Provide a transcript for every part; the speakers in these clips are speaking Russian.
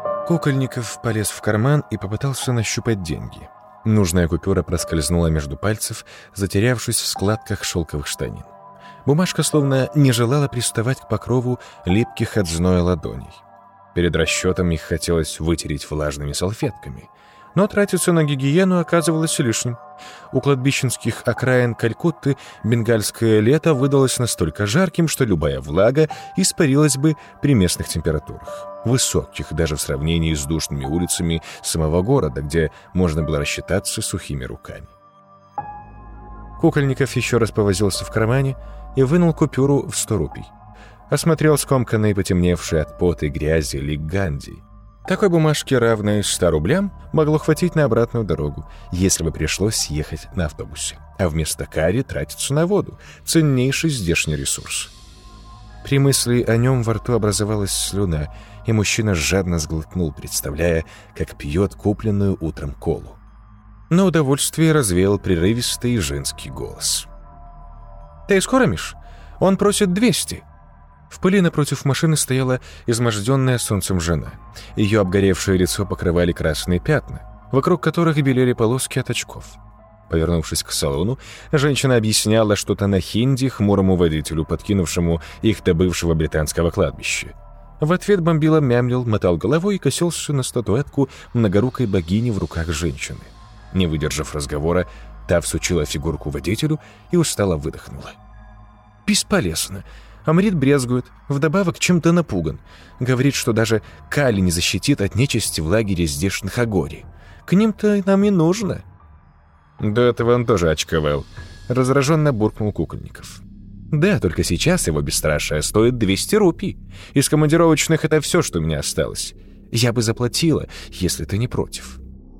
Кукольников полез в карман и попытался нащупать деньги. Нужная купюра проскользнула между пальцев, затерявшись в складках шелковых штанин. Бумажка словно не желала приставать к покрову липких от зноя ладоней. Перед расчетом их хотелось вытереть влажными салфетками, но тратиться на гигиену оказывалось лишним. У кладбищенских окраин Калькутты бенгальское лето выдалось настолько жарким, что любая влага испарилась бы при местных температурах, высоких даже в сравнении с душными улицами самого города, где можно было рассчитаться сухими руками. Кукольников еще раз повозился в кармане и вынул купюру в 100 рупий. Осмотрел скомканный, потемневший от пота и грязи лик Ганди. Такой бумажки, равной 100 рублям, могло хватить на обратную дорогу, если бы пришлось ехать на автобусе, а вместо карри тратиться на воду, ценнейший здешний ресурс. При мысли о нем во рту образовалась слюна, и мужчина жадно сглотнул, представляя, как пьет купленную утром колу. Но удовольствие развеял прерывистый женский голос. «Ты скоро, Миш? Он просит 200». В пыли напротив машины стояла изможденная солнцем жена. Ее обгоревшее лицо покрывали красные пятна, вокруг которых белели полоски от очков. Повернувшись к салону, женщина объясняла что-то на хинди хмурому водителю, подкинувшему их до бывшего британского кладбища. В ответ бомбила мямлил, мотал головой и косился на статуэтку многорукой богини в руках женщины. Не выдержав разговора, та всучила фигурку водителю и устало выдохнула. «Бесполезно. Амрит брезгует, вдобавок чем-то напуган. Говорит, что даже Кали не защитит от нечисти в лагере здешних Агори. К ним-то нам и нужно». «До этого он тоже очковал», — раздраженно буркнул Кукольников. «Да, только сейчас его бесстрашие стоит 200 рупий. Из командировочных это все, что у меня осталось. Я бы заплатила, если ты не против».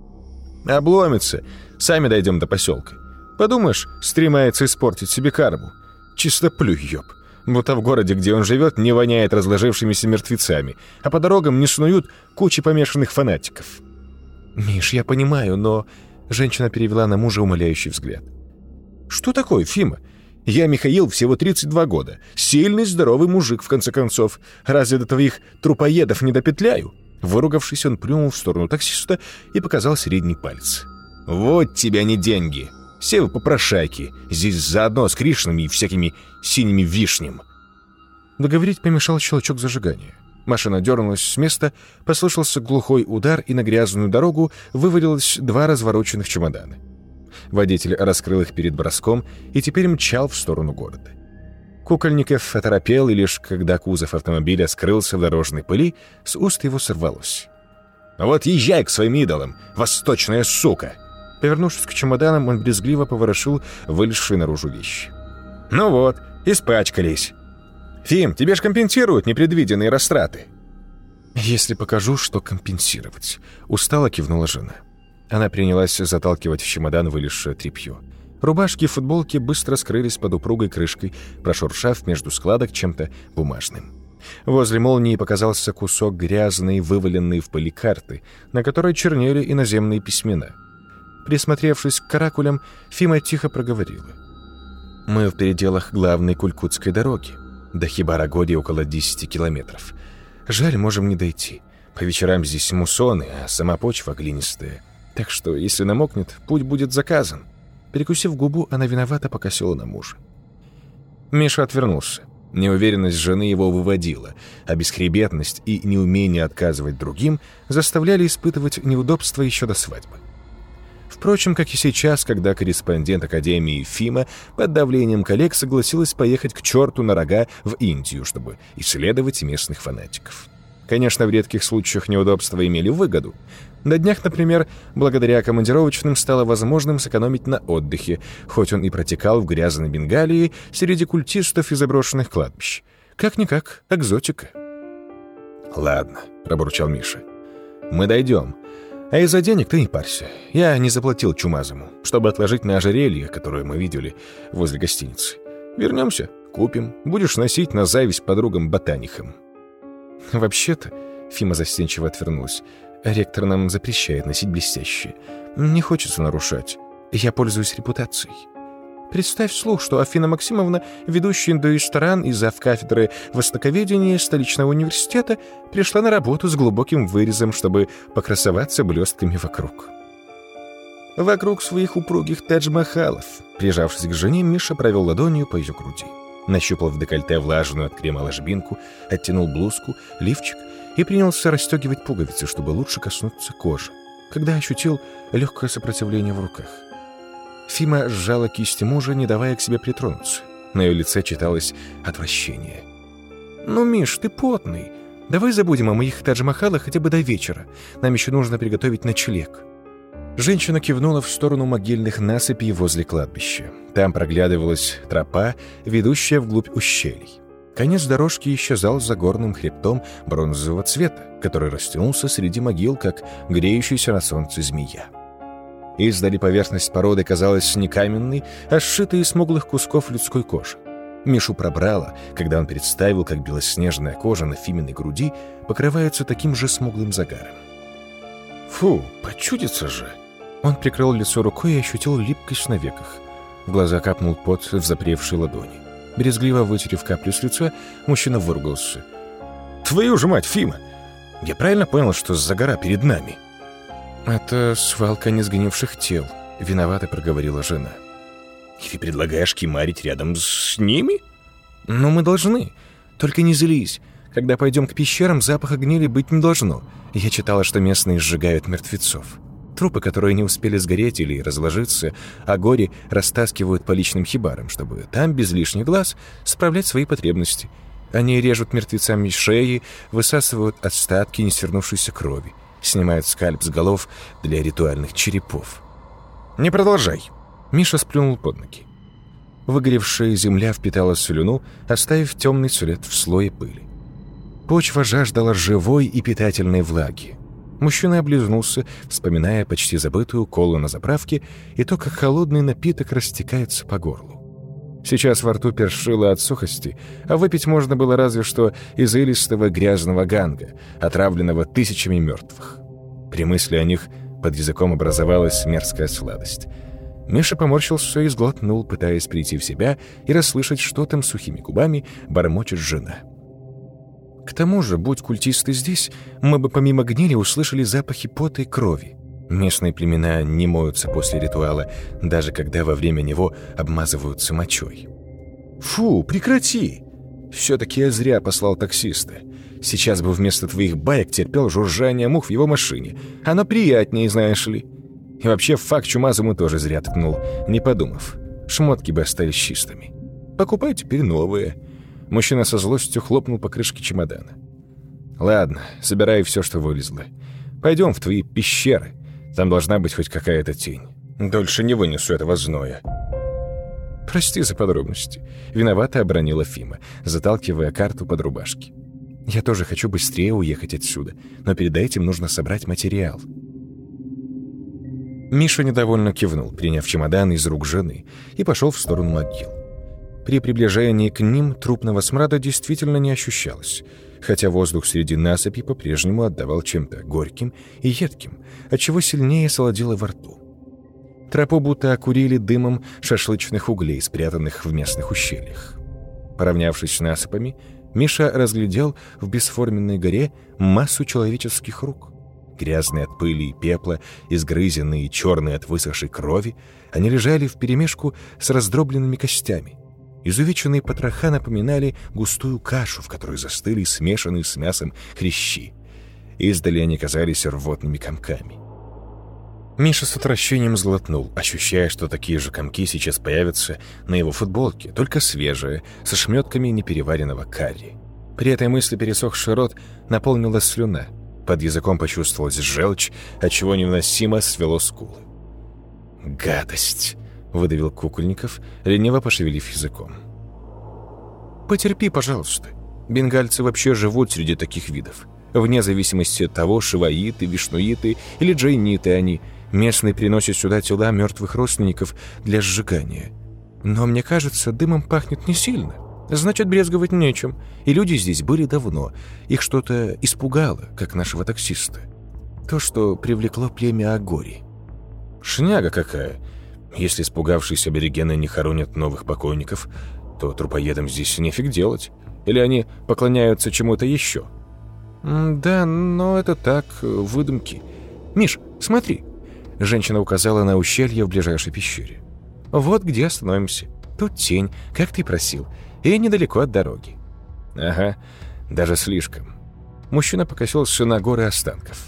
«Обломится. Сами дойдем до поселка. Подумаешь, стремается испортить себе карму. Чисто плюй, ёб. Будто в городе, где он живет, не воняет разложившимися мертвецами, а по дорогам не снуют кучи помешанных фанатиков». «Миш, я понимаю, но...» Женщина перевела на мужа умоляющий взгляд. «Что такое, Фима? Я, Михаил, всего 32 года. Сильный, здоровый мужик, в конце концов. Разве до твоих трупоедов не допетляю?» Выругавшись, он плюнул в сторону таксиста и показал средний палец. «Вот тебя не деньги. Все вы попрошайки. Здесь заодно с Кришнами и всякими синими вишням». Договорить помешал щелчок зажигания. Машина дернулась с места, послышался глухой удар, и на грязную дорогу вывалилось 2 развороченных чемодана. Водитель раскрыл их перед броском и теперь мчал в сторону города. Кукольников оторопел, и лишь когда кузов автомобиля скрылся в дорожной пыли, с уст его сорвалось: «Вот езжай к своим идолам, восточная сука!» Повернувшись к чемоданам, он брезгливо поворошил вылезшие наружу вещи. «Ну вот, испачкались. Фим, тебе ж компенсируют непредвиденные растраты». «Если покажу, что компенсировать», — устало кивнула жена. Она принялась заталкивать в чемодан вылезшее тряпье. Рубашки и футболки быстро скрылись под упругой крышкой, прошуршав между складок чем-то бумажным. Возле молнии показался кусок грязной, вываленной в пыли карты, на которой чернели иноземные письмена. Присмотревшись к каракулям, Фима тихо проговорила: «Мы в пределах главной кулькутской дороги. До Хибара-Годи около 10 километров. Жаль, можем не дойти. По вечерам здесь муссоны, а сама почва глинистая. Так что, если намокнет, путь будет заказан». Перекусив губу, она виновато покосила на мужа. Миша отвернулся. Неуверенность жены его выводила, а бесхребетность и неумение отказывать другим заставляли испытывать неудобства еще до свадьбы. Впрочем, как и сейчас, когда корреспондент Академии Фима под давлением коллег согласилась поехать к черту на рога в Индию, чтобы исследовать местных фанатиков. Конечно, в редких случаях неудобства имели выгоду. На днях, например, благодаря командировочным стало возможным сэкономить на отдыхе, хоть он и протекал в грязной Бенгалии среди культистов и заброшенных кладбищ. Как-никак, экзотика. «Ладно», — пробурчал Миша, — «мы дойдем. А из-за денег ты не парься. Я не заплатил чумазому, чтобы отложить на ожерелье, которое мы видели возле гостиницы. Вернемся, купим, будешь носить на зависть подругам-ботаникам». «Вообще-то», — Фима застенчиво отвернулась, — «ректор нам запрещает носить блестящие. Не хочется нарушать. Я пользуюсь репутацией». Представь вслух, что Афина Максимовна, ведущая индоресторан и завкафедры востоковедения столичного университета, пришла на работу с глубоким вырезом, чтобы покрасоваться блестками вокруг. Вокруг своих упругих тадж-махалов. Прижавшись к жене, Миша провел ладонью по ее груди. Нащупал в декольте влажную от крема ложбинку, оттянул блузку, лифчик и принялся расстегивать пуговицы, чтобы лучше коснуться кожи, когда ощутил легкое сопротивление в руках. Фима сжала кисти мужа, не давая к себе притронуться. На ее лице читалось отвращение. «Ну, Миш, ты потный. Давай забудем о моих тадж-махалах хотя бы до вечера. Нам еще нужно приготовить ночлег». Женщина кивнула в сторону могильных насыпей возле кладбища. Там проглядывалась тропа, ведущая вглубь ущелий. Конец дорожки исчезал за горным хребтом бронзового цвета, который растянулся среди могил, как греющаяся на солнце змея. Издали поверхность породы казалась не каменной, а сшитой из смуглых кусков людской кожи. Мишу пробрало, когда он представил, как белоснежная кожа на Фиминой груди покрывается таким же смуглым загаром. «Фу, почудится же!» Он прикрыл лицо рукой и ощутил липкость на веках. В глаза капнул пот в запревшей ладони. Брезгливо вытерев каплю с лица, мужчина выругался. «Твою же мать, Фима! Я правильно понял, что загора перед нами?» «Это свалка несгнивших тел», — виновато проговорила жена. «И ты предлагаешь кемарить рядом с ними?» «Ну, мы должны. Только не злись. Когда пойдем к пещерам, запаха гнили быть не должно. Я читала, что местные сжигают мертвецов. Трупы, которые не успели сгореть или разложиться, а горе растаскивают по личным хибарам, чтобы там, без лишних глаз, справлять свои потребности. Они режут мертвецам шеи, высасывают остатки несвернувшейся крови, снимают скальп с голов для ритуальных черепов». «Не продолжай!» Миша сплюнул под ноги. Выгоревшая земля впитала слюну, оставив темный след в слое пыли. Почва жаждала живой и питательной влаги. Мужчина облизнулся, вспоминая почти забытую колу на заправке и то, как холодный напиток растекается по горлу. Сейчас во рту першило от сухости, а выпить можно было разве что из илистого грязного ганга, отравленного тысячами мертвых. При мысли о них под языком образовалась мерзкая сладость. Миша поморщился и сглотнул, пытаясь прийти в себя и расслышать, что там сухими губами бормочет жена. К тому же, будь культисты здесь, мы бы помимо гнили услышали запахи пота и крови. Местные племена не моются после ритуала, даже когда во время него обмазываются мочой. «Фу, прекрати! Все-таки я зря послал таксиста. Сейчас бы вместо твоих баек терпел жужжание мух в его машине. Оно приятнее, знаешь ли. И вообще факт чумазому тоже зря ткнул, не подумав. Шмотки бы остались чистыми. Покупай теперь новые». Мужчина со злостью хлопнул по крышке чемодана. «Ладно, собирай все, что вылезло. Пойдем в твои пещеры. Там должна быть хоть какая-то тень. Дольше не вынесу этого зноя». «Прости за подробности», — виновато обронила Фима, заталкивая карту под рубашки. «Я тоже хочу быстрее уехать отсюда, но перед этим нужно собрать материал». Миша недовольно кивнул, приняв чемодан из рук жены, и пошел в сторону могил. При приближении к ним трупного смрада действительно не ощущалось, хотя воздух среди насыпи по-прежнему отдавал чем-то горьким и едким, отчего сильнее солодило во рту. Тропу будто окурили дымом шашлычных углей, спрятанных в местных ущельях. Поравнявшись с насыпами, Миша разглядел в бесформенной горе массу человеческих рук. Грязные от пыли и пепла, изгрызенные и черные от высохшей крови, они лежали вперемешку с раздробленными костями. Изувеченные потроха напоминали густую кашу, в которой застыли смешанные с мясом хрящи. Издали они казались рвотными комками. Миша с отвращением сглотнул, ощущая, что такие же комки сейчас появятся на его футболке, только свежие, со шметками непереваренного карри. При этой мысли пересохший рот наполнилась слюна. Под языком почувствовалась желчь, отчего невыносимо свело скулы. «Гадость!» — выдавил Кукольников, лениво пошевелив языком. «Потерпи, пожалуйста. Бенгальцы вообще живут среди таких видов. Вне зависимости от того, шиваиты, вишнуиты или джайниты они, местные приносят сюда тела мертвых родственников для сжигания. Но мне кажется, дымом пахнет не сильно. Значит, брезговать нечем. И люди здесь были давно. Их что-то испугало, как нашего таксиста. То, что привлекло племя Агори». «Шняга какая! Если испугавшиеся аборигены не хоронят новых покойников, то трупоедам здесь нефиг делать. Или они поклоняются чему-то еще? Да, но это так, выдумки. Миш, смотри. Женщина указала на ущелье в ближайшей пещере. Вот где остановимся. Тут тень, как ты просил, и недалеко от дороги. Ага, даже слишком. Мужчина покосился на горы останков.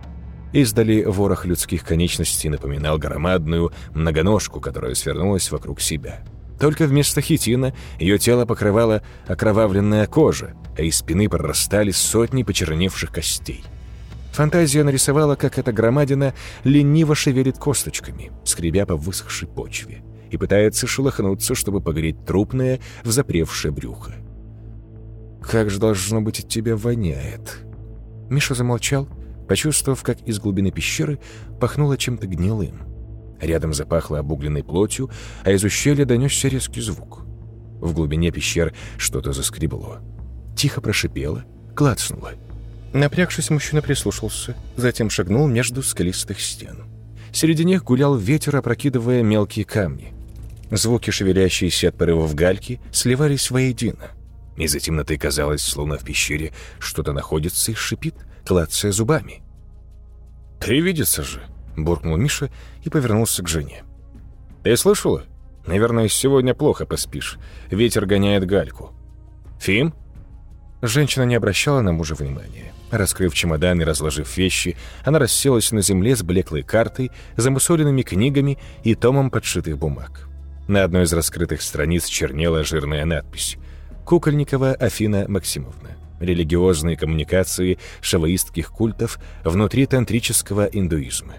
Издали ворох людских конечностей напоминал громадную многоножку, которая свернулась вокруг себя. Только вместо хитина ее тело покрывала окровавленная кожа, а из спины прорастали сотни почерневших костей. Фантазия нарисовала, как эта громадина лениво шевелит косточками, скребя по высохшей почве, и пытается шелохнуться, чтобы погреть трупное, взапревшее брюхо. «Как же, должно быть, от тебя воняет?» Миша замолчал, почувствовав, как из глубины пещеры пахнуло чем-то гнилым. Рядом запахло обугленной плотью, а из ущелья донесся резкий звук. В глубине пещер что-то заскребло. Тихо прошипело, клацнуло. Напрягшись, мужчина прислушался, затем шагнул между скалистых стен. Среди них гулял ветер, опрокидывая мелкие камни. Звуки, шевелящиеся от порывов гальки, сливались воедино. Из-за темноты казалось, словно в пещере что-то находится и шипит, клацая зубами. «Привидится же!» — буркнул Миша и повернулся к жене. «Ты слышала? Наверное, сегодня плохо поспишь. Ветер гоняет гальку. Фим?» Женщина не обращала на мужа внимания. Раскрыв чемодан и разложив вещи, она расселась на земле с блеклой картой, замусоленными книгами и томом подшитых бумаг. На одной из раскрытых страниц чернела жирная надпись: «Кукольникова Афина Максимовна. Религиозные коммуникации шаваистских культов внутри тантрического индуизма».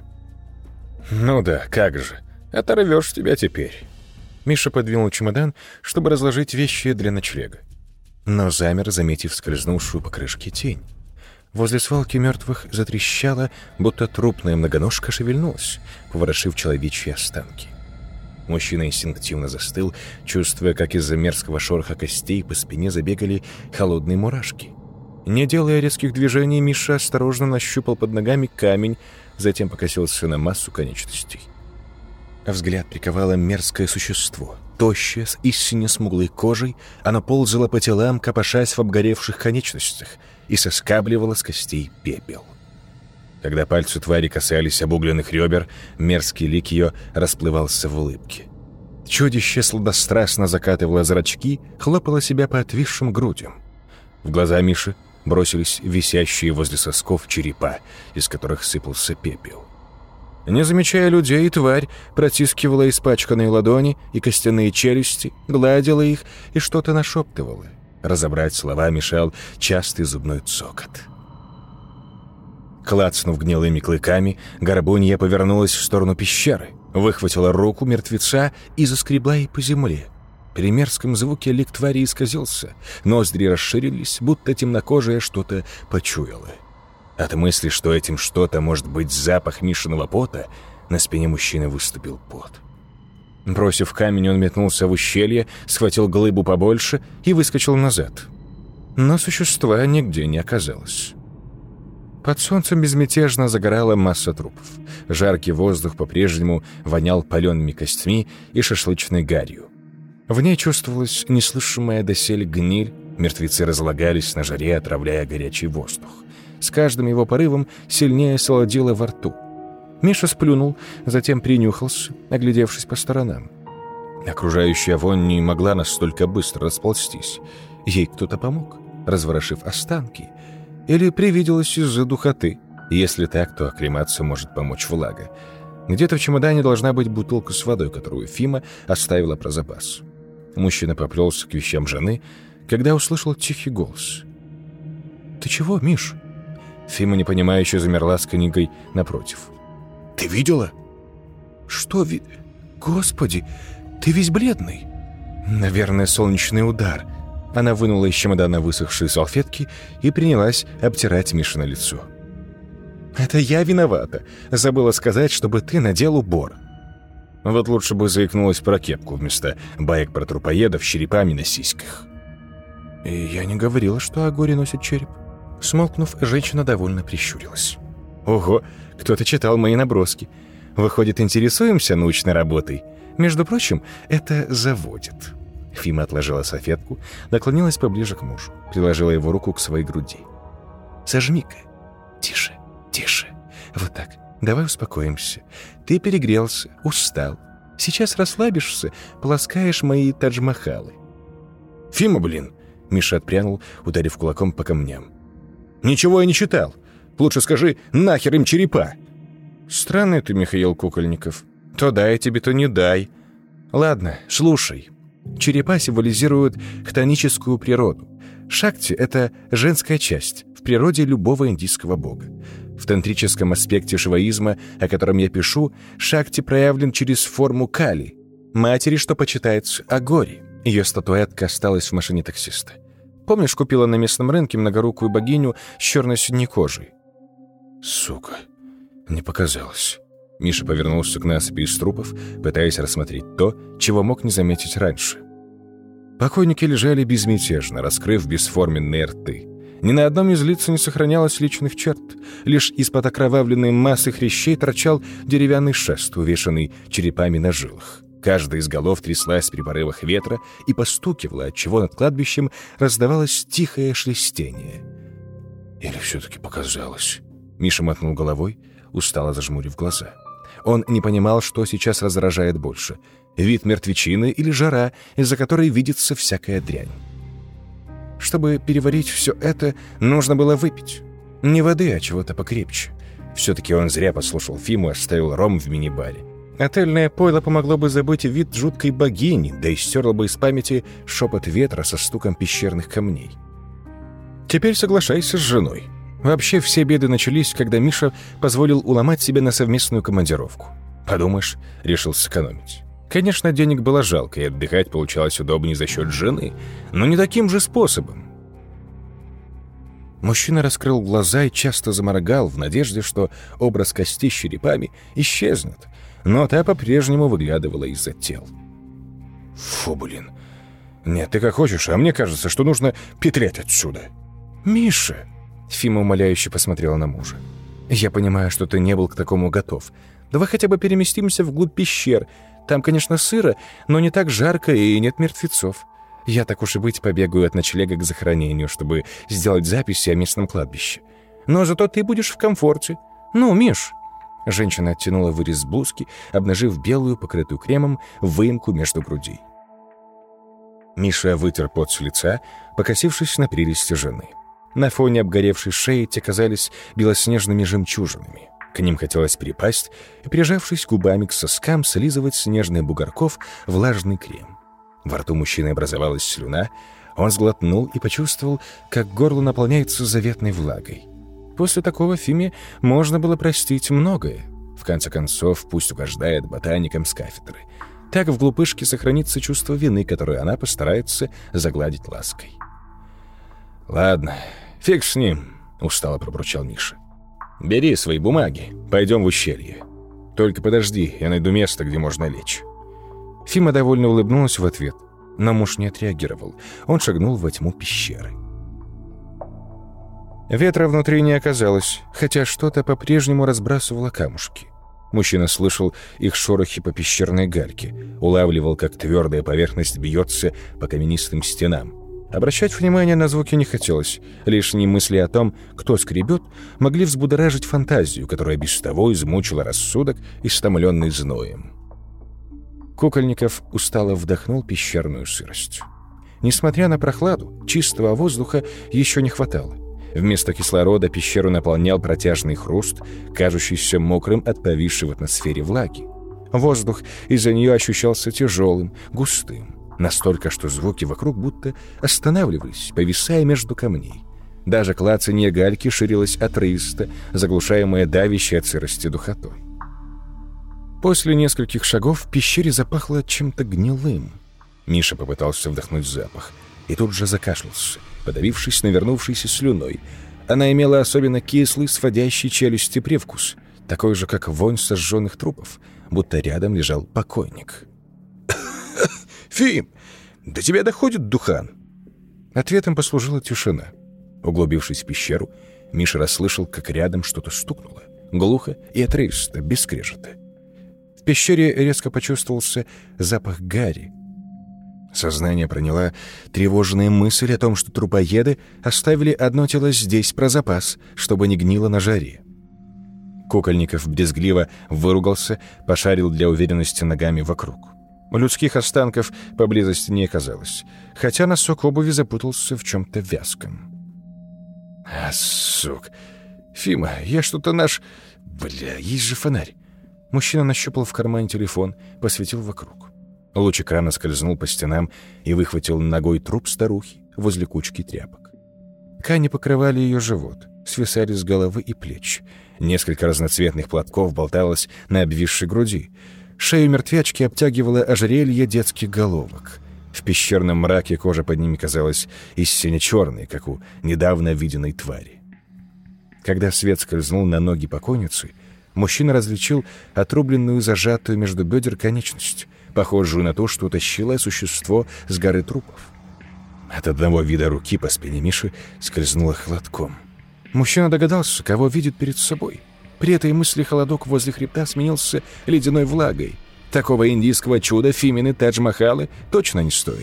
«Ну да, как же. Оторвешь тебя теперь». Миша подвинул чемодан, чтобы разложить вещи для ночлега. Но замер, заметив скользнувшую по крышке тень. Возле свалки мертвых затрещало, будто трупная многоножка шевельнулась, поворошив человечьи останки. Мужчина инстинктивно застыл, чувствуя, как из-за мерзкого шороха костей по спине забегали холодные мурашки. Не делая резких движений, Миша осторожно нащупал под ногами камень, затем покосился на массу конечностей. Взгляд приковало мерзкое существо. Тощее, с истинно смуглой кожей, оно ползало по телам, копошась в обгоревших конечностях, и соскабливало с костей пепел. Когда пальцы твари касались обугленных ребер, мерзкий лик ее расплывался в улыбке. Чудище сладострастно закатывало зрачки, хлопало себя по отвисшим грудям. В глаза Миши бросились висящие возле сосков черепа, из которых сыпался пепел. Не замечая людей, тварь протискивала испачканные ладони и костяные челюсти, гладила их и что-то нашептывала. Разобрать слова мешал частый зубной цокот. Клацнув гнилыми клыками, горбунья повернулась в сторону пещеры, выхватила руку мертвеца и заскребла ей по земле. При мерзком звуке лик твари исказился, ноздри расширились, будто темнокожая что-то почуяла. От мысли, что этим что-то может быть запах Мишиного пота, на спине мужчины выступил пот. Бросив камень, он метнулся в ущелье, схватил глыбу побольше и выскочил назад. Но существа нигде не оказалось. Под солнцем безмятежно загорала масса трупов. Жаркий воздух по-прежнему вонял палеными костьми и шашлычной гарью. В ней чувствовалась неслышимая доселе гниль, мертвецы разлагались на жаре, отравляя горячий воздух. С каждым его порывом сильнее солодило во рту. Миша сплюнул, затем принюхался, оглядевшись по сторонам. Окружающая вонь не могла настолько быстро расползтись. Ей кто-то помог, разворошив останки. Или привиделось из-за духоты. Если так, то акклимацию может помочь влага. Где-то в чемодане должна быть бутылка с водой, которую Фима оставила про запас. Мужчина поплелся к вещам жены, когда услышал тихий голос. «Ты чего, Миш?» Фима непонимающе замерла с книгой напротив. «Ты видела?» «Что Господи, ты весь бледный!» «Наверное, солнечный удар». Она вынула из чемодана высохшие салфетки и принялась обтирать Мишино лицо. «Это я виновата. Забыла сказать, чтобы ты надел убор». Вот лучше бы заикнулась про кепку вместо баек про трупоедов с черепами на сиськах. «И я не говорила, что Агори носит череп». Смолкнув, женщина довольно прищурилась. «Ого, кто-то читал мои наброски. Выходит, интересуемся научной работой. Между прочим, это заводит». Фима отложила салфетку, наклонилась поближе к мужу, приложила его руку к своей груди. «Сожми-ка. Тише, тише. Вот так. Давай успокоимся. Ты перегрелся, устал. Сейчас расслабишься, полоскаешь мои тадж-махалы». «Фима, блин!» — Миша отпрянул, ударив кулаком по камням. «Ничего я не читал. Лучше скажи, нахер им черепа!» «Странный ты, Михаил Кукольников. То дай тебе, то не дай. Ладно, слушай. Черепа символизируют хтоническую природу. Шакти — это женская часть в природе любого индийского бога. В тантрическом аспекте шиваизма, о котором я пишу, Шакти проявлен через форму Кали, матери, что почитается Агори. Ее статуэтка осталась в машине таксиста. Помнишь, купила на местном рынке многорукую богиню с черной синей кожей? «Сука, не показалось». Миша повернулся к насыпи из трупов, пытаясь рассмотреть то, чего мог не заметить раньше. Покойники лежали безмятежно, раскрыв бесформенные рты. Ни на одном из лиц не сохранялось личных черт. Лишь из-под окровавленной массы хрящей торчал деревянный шест, увешанный черепами на жилах. Каждая из голов тряслась при порывах ветра и постукивала, отчего над кладбищем раздавалось тихое шелестение. «Или все-таки показалось?» Миша мотнул головой, устало зажмурив глаза. Он не понимал, что сейчас раздражает больше — вид мертвечины или жара, из-за которой видится всякая дрянь. Чтобы переварить все это, нужно было выпить. Не воды, а чего-то покрепче. Все-таки он зря послушал Фиму и оставил ром в мини-баре. Отельное пойло помогло бы забыть вид жуткой богини, да и стерло бы из памяти шепот ветра со стуком пещерных камней. Теперь соглашайся с женой. Вообще все беды начались, когда Миша позволил уломать себя на совместную командировку. Подумаешь, решил сэкономить. Конечно, денег было жалко, и отдыхать получалось удобнее за счет жены, но не таким же способом. Мужчина раскрыл глаза и часто заморгал в надежде, что образ кости с черепами исчезнет, но та по-прежнему выглядывала из-за тел. «Фу, блин. Нет, ты как хочешь, а мне кажется, что нужно петлять отсюда». «Миша!» — Фима умоляюще посмотрела на мужа. «Я понимаю, что ты не был к такому готов. Давай хотя бы переместимся вглубь пещер. Там, конечно, сыро, но не так жарко и нет мертвецов. Я, так уж и быть, побегаю от ночлега к захоронению, чтобы сделать записи о местном кладбище. Но зато ты будешь в комфорте. Ну, Миш!» Женщина оттянула вырез блузки, обнажив белую, покрытую кремом, выемку между грудей. Миша вытер пот с лица, покосившись на прелести жены. На фоне обгоревшей шеи те казались белоснежными жемчужинами. К ним хотелось припасть и, прижавшись губами к соскам, слизывать с нежных бугорков влажный крем. Во рту мужчины образовалась слюна, он сглотнул и почувствовал, как горло наполняется заветной влагой. После такого Фиме можно было простить многое. В конце концов, пусть угождает ботаникам с кафедры. Так в глупышке сохранится чувство вины, которое она постарается загладить лаской. «Ладно, фиг с ним», — устало пробурчал Миша. «Бери свои бумаги, пойдем в ущелье. Только подожди, я найду место, где можно лечь». Фима довольно улыбнулась в ответ, но муж не отреагировал. Он шагнул во тьму пещеры. Ветра внутри не оказалось, хотя что-то по-прежнему разбрасывало камушки. Мужчина слышал их шорохи по пещерной гальке, улавливал, как твердая поверхность бьется по каменистым стенам. Обращать внимание на звуки не хотелось. Лишние мысли о том, кто скребет, могли взбудоражить фантазию, которая без того измучила рассудок, истомленный зноем. Кукольников устало вдохнул пещерную сырость. Несмотря на прохладу, чистого воздуха еще не хватало. Вместо кислорода пещеру наполнял протяжный хруст, кажущийся мокрым от повисшей в атмосфере влаги. Воздух из-за нее ощущался тяжелым, густым. Настолько, что звуки вокруг будто останавливались, повисая между камней. Даже клацанье гальки ширилось отрывисто, заглушаемое давящей от сырости духотой. После нескольких шагов в пещере запахло чем-то гнилым. Миша попытался вдохнуть запах и тут же закашлялся, подавившись навернувшейся слюной. Она имела особенно кислый, сводящий челюсти привкус, такой же, как вонь сожженных трупов, будто рядом лежал покойник. «Фим, до тебя доходит духан?» Ответом послужила тишина. Углубившись в пещеру, Миша расслышал, как рядом что-то стукнуло. Глухо и отрывисто, без скрежета. В пещере резко почувствовался запах гари. Сознание проняла тревожная мысль о том, что трупоеды оставили одно тело здесь про запас, чтобы не гнило на жаре. Кукольников брезгливо выругался, пошарил для уверенности ногами вокруг. Людских останков поблизости не оказалось, хотя носок обуви запутался в чем-то вязком. Сук! Фима, я что-то Бля, есть же фонарь!» Мужчина нащупал в кармане телефон, посветил вокруг. Луч экрана скользнул по стенам и выхватил ногой труп старухи возле кучки тряпок. Ткани покрывали ее живот, свисали с головы и плеч. Несколько разноцветных платков болталось на обвисшей груди. Шею мертвячки обтягивало ожерелье детских головок. В пещерном мраке кожа под ними казалась истинно черной, как у недавно виденной твари. Когда свет скользнул на ноги покойницы, мужчина различил отрубленную, зажатую между бедер конечность, похожую на то, что утащило существо с горы трупов. От одного вида руки по спине Миши скользнуло холодком. Мужчина догадался, кого видит перед собой. При этой мысли холодок возле хребта сменился ледяной влагой. Такого индийского чуда Фимины Тадж-Махалы точно не стоили.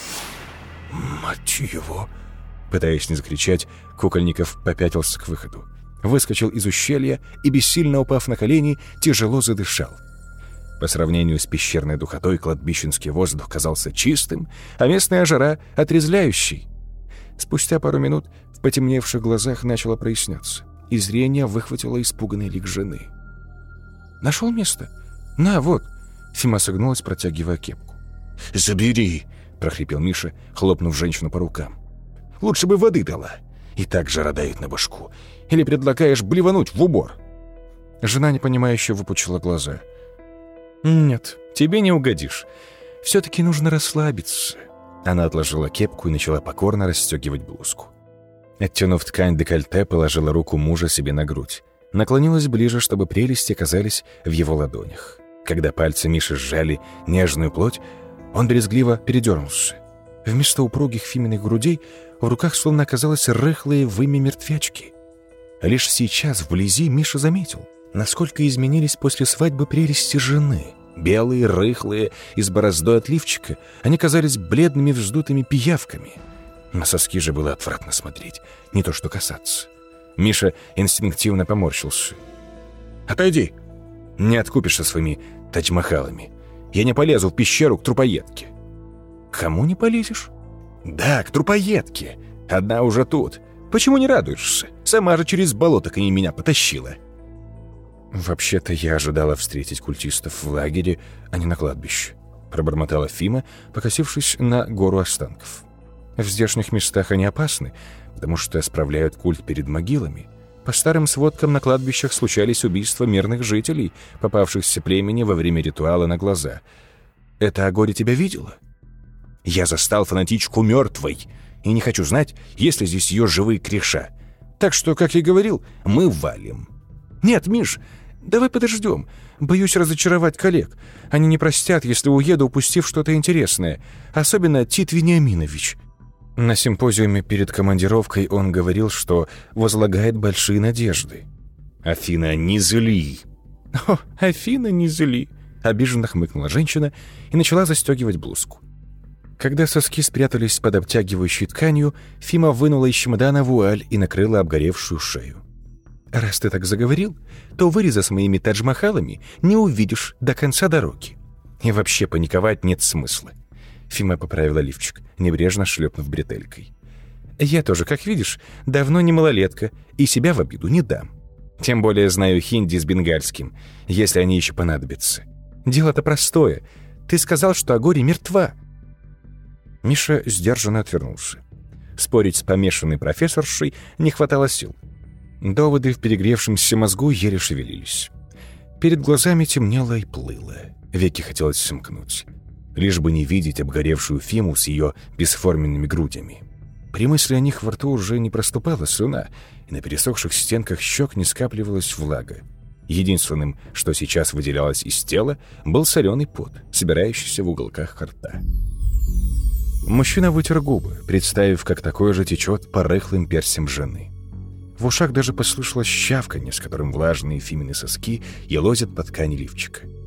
«Мать его!» Пытаясь не закричать, Кукольников попятился к выходу. Выскочил из ущелья и, бессильно упав на колени, тяжело задышал. По сравнению с пещерной духотой кладбищенский воздух казался чистым, а местная жара — отрезвляющей. Спустя пару минут в потемневших глазах начало проясняться, и зрение выхватило испуганный лик жены. «Нашел место? На, вот!» Фима согнулась, протягивая кепку. «Забери!» — прохрипел Миша, хлопнув женщину по рукам. «Лучше бы воды дала. И так жара дает на башку. Или предлагаешь блевануть в убор?» Жена непонимающе выпучила глаза. «Нет, тебе не угодишь. Все-таки нужно расслабиться». Она отложила кепку и начала покорно расстегивать блузку. Оттянув ткань декольте, положила руку мужа себе на грудь. Наклонилась ближе, чтобы прелести оказались в его ладонях. Когда пальцы Миши сжали нежную плоть, он брезгливо передернулся. Вместо упругих Фиминых грудей в руках словно оказалось рыхлое вымя мертвячки. Лишь сейчас вблизи Миша заметил, насколько изменились после свадьбы прелести жены. Белые, рыхлые, и с бороздой от лифчика, они казались бледными вздутыми пиявками. На соски же было отвратно смотреть, не то что касаться. Миша инстинктивно поморщился. «Отойди! Не откупишься своими Тадж-Махалами. Я не полезу в пещеру к трупоедке». «Кому не полезешь?» «Да, к трупоедке. Одна уже тут. Почему не радуешься? Сама же через болото к ней меня потащила». «Вообще-то я ожидала встретить культистов в лагере, а не на кладбище», — пробормотала Фима, покосившись на гору останков. «В здешних местах они опасны, потому что справляют культ перед могилами. По старым сводкам на кладбищах случались убийства мирных жителей, попавшихся племени во время ритуала на глаза. Это Агори тебя видела?» «Я застал фанатичку мертвой, и не хочу знать, есть ли здесь ее живые креша. Так что, как я говорил, мы валим». «Нет, Миш, давай подождем. Боюсь разочаровать коллег. Они не простят, если уеду, упустив что-то интересное. Особенно Тит Вениаминович». На симпозиуме перед командировкой он говорил, что возлагает большие надежды. «Афина, не зли!» «О, Афина, не зли!» — обиженно хмыкнула женщина и начала застегивать блузку. Когда соски спрятались под обтягивающей тканью, Фима вынула из чемодана вуаль и накрыла обгоревшую шею. «Раз ты так заговорил, то выреза с моими Тадж-Махалами не увидишь до конца дороги. И вообще паниковать нет смысла». Фима поправила лифчик, небрежно шлепнув бретелькой. «Я тоже, как видишь, давно не малолетка и себя в обиду не дам. Тем более знаю хинди с бенгальским, если они еще понадобятся. Дело-то простое. Ты сказал, что Агори мертва». Миша сдержанно отвернулся. Спорить с помешанной профессоршей не хватало сил. Доводы в перегревшемся мозгу еле шевелились. Перед глазами темнело и плыло. Веки хотелось сомкнуть. Лишь бы не видеть обгоревшую Фиму с ее бесформенными грудями. При мысли о них во рту уже не проступала слюна, и на пересохших стенках щек не скапливалась влага. Единственным, что сейчас выделялось из тела, был соленый пот, собирающийся в уголках рта. Мужчина вытер губы, представив, как такое же течет по рыхлым персям жены. В ушах даже послышалось щавканье, с которым влажные Фимины соски елозят по ткани лифчика.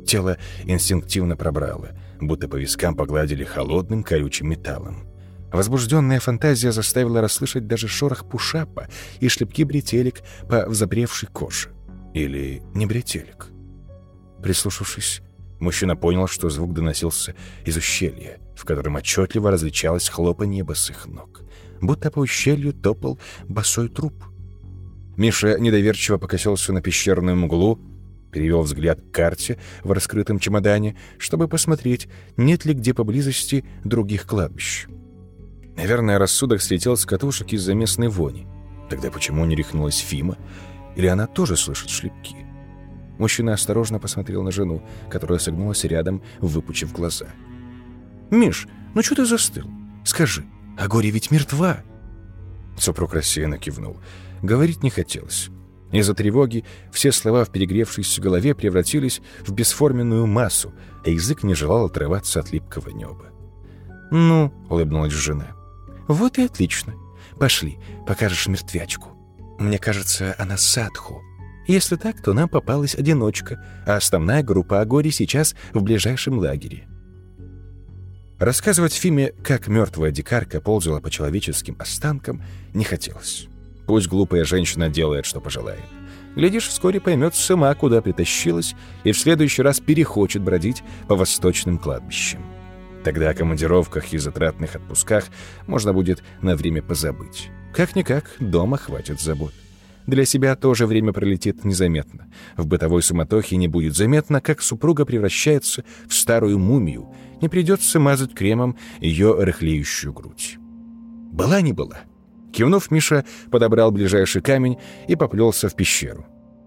Тело инстинктивно пробрало, будто по вискам погладили холодным колючим металлом. Возбужденная фантазия заставила расслышать даже шорох пушапа и шлепки бретелек по взапревшей коже. Или не бретелек. Прислушавшись, мужчина понял, что звук доносился из ущелья, в котором отчетливо различалось хлопанье босых ног, будто по ущелью топал босой труп. Миша недоверчиво покосился на пещерную мглу, перевел взгляд к карте в раскрытом чемодане, чтобы посмотреть, нет ли где поблизости других кладбищ. Наверное, рассудок слетел с катушек из-за местной вони. Тогда почему не рехнулась Фима? Или она тоже слышит шлепки? Мужчина осторожно посмотрел на жену, которая согнулась рядом, выпучив глаза. «Миш, ну что ты застыл? Скажи, а горе ведь мертва!» Супруг рассеянно кивнул. Говорить не хотелось. Из-за тревоги все слова в перегревшейся голове превратились в бесформенную массу, а язык не желал отрываться от липкого неба. «Ну», — улыбнулась жена, — «вот и отлично. Пошли, покажешь мертвячку. Мне кажется, она садху. Если так, то нам попалась одиночка, а основная группа Агори сейчас в ближайшем лагере». Рассказывать Фиме, как мертвая дикарка ползала по человеческим останкам, не хотелось. Пусть глупая женщина делает, что пожелает. Глядишь, вскоре поймет сама, куда притащилась, и в следующий раз перехочет бродить по восточным кладбищам. Тогда о командировках и затратных отпусках можно будет на время позабыть. Как-никак, дома хватит забот. Для себя тоже время пролетит незаметно. В бытовой суматохе не будет заметно, как супруга превращается в старую мумию. Не придется мазать кремом ее рыхлеющую грудь. Была не была. Кивнув, Миша подобрал ближайший камень и поплелся в пещеру.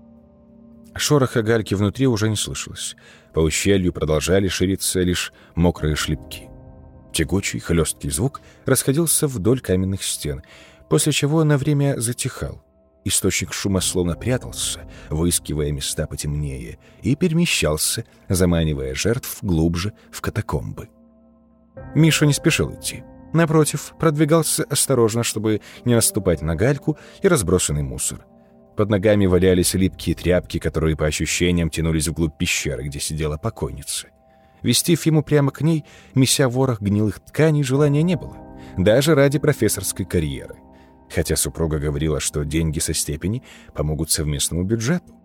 Шороха гальки внутри уже не слышалось. По ущелью продолжали шириться лишь мокрые шлепки. Тягучий, хлесткий звук расходился вдоль каменных стен, после чего на время затихал. Источник шума словно прятался, выискивая места потемнее, и перемещался, заманивая жертв глубже в катакомбы. Миша не спешил идти. Напротив, продвигался осторожно, чтобы не наступать на гальку и разбросанный мусор. Под ногами валялись липкие тряпки, которые по ощущениям тянулись вглубь пещеры, где сидела покойница. Вести Фиму прямо к ней, меся ворох гнилых тканей, желания не было, даже ради профессорской карьеры. Хотя супруга говорила, что деньги со степени помогут совместному бюджету.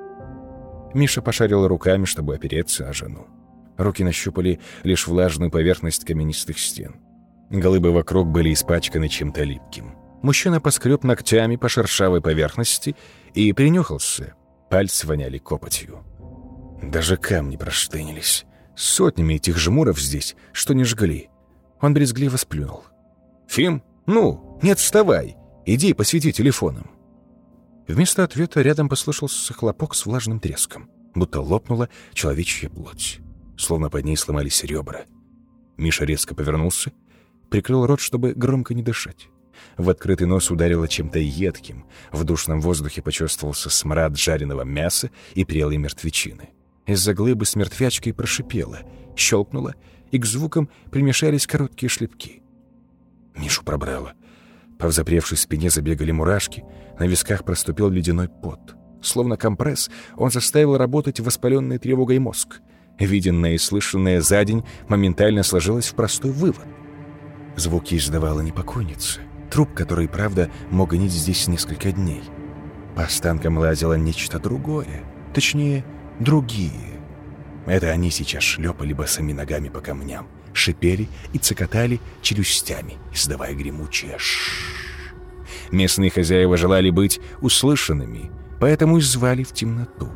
Миша пошарил руками, чтобы опереться о жену. Руки нащупали лишь влажную поверхность каменистых стен. Глыбы вокруг были испачканы чем-то липким. Мужчина поскреб ногтями по шершавой поверхности и принюхался. Пальцы воняли копотью. Даже камни проштынились. Сотнями этих жмуров здесь, что не жгли. Он брезгливо сплюнул. «Фим, ну, не отставай! Иди посвети телефоном!» Вместо ответа рядом послышался хлопок с влажным треском, будто лопнула человечья плоть. Словно под ней сломались ребра. Миша резко повернулся, прикрыл рот, чтобы громко не дышать. В открытый нос ударило чем-то едким. В душном воздухе почувствовался смрад жареного мяса и прелой мертвечины. Из-за глыбы с мертвячкой прошипело, щелкнуло, и к звукам примешались короткие шлепки. Мишу пробрало. По взапревшей спине забегали мурашки, на висках проступил ледяной пот. Словно компресс, он заставил работать воспаленный тревогой мозг. Виденное и слышанное за день моментально сложилось в простой вывод. Звуки издавала не покойница. Труп, который, правда, мог гнить здесь несколько дней. По останкам лазило нечто другое. Точнее, другие. Это они сейчас шлепали босыми ногами по камням, шипели и цокотали челюстями, издавая гремучее «шшш». Местные хозяева желали быть услышанными, поэтому и звали в темноту.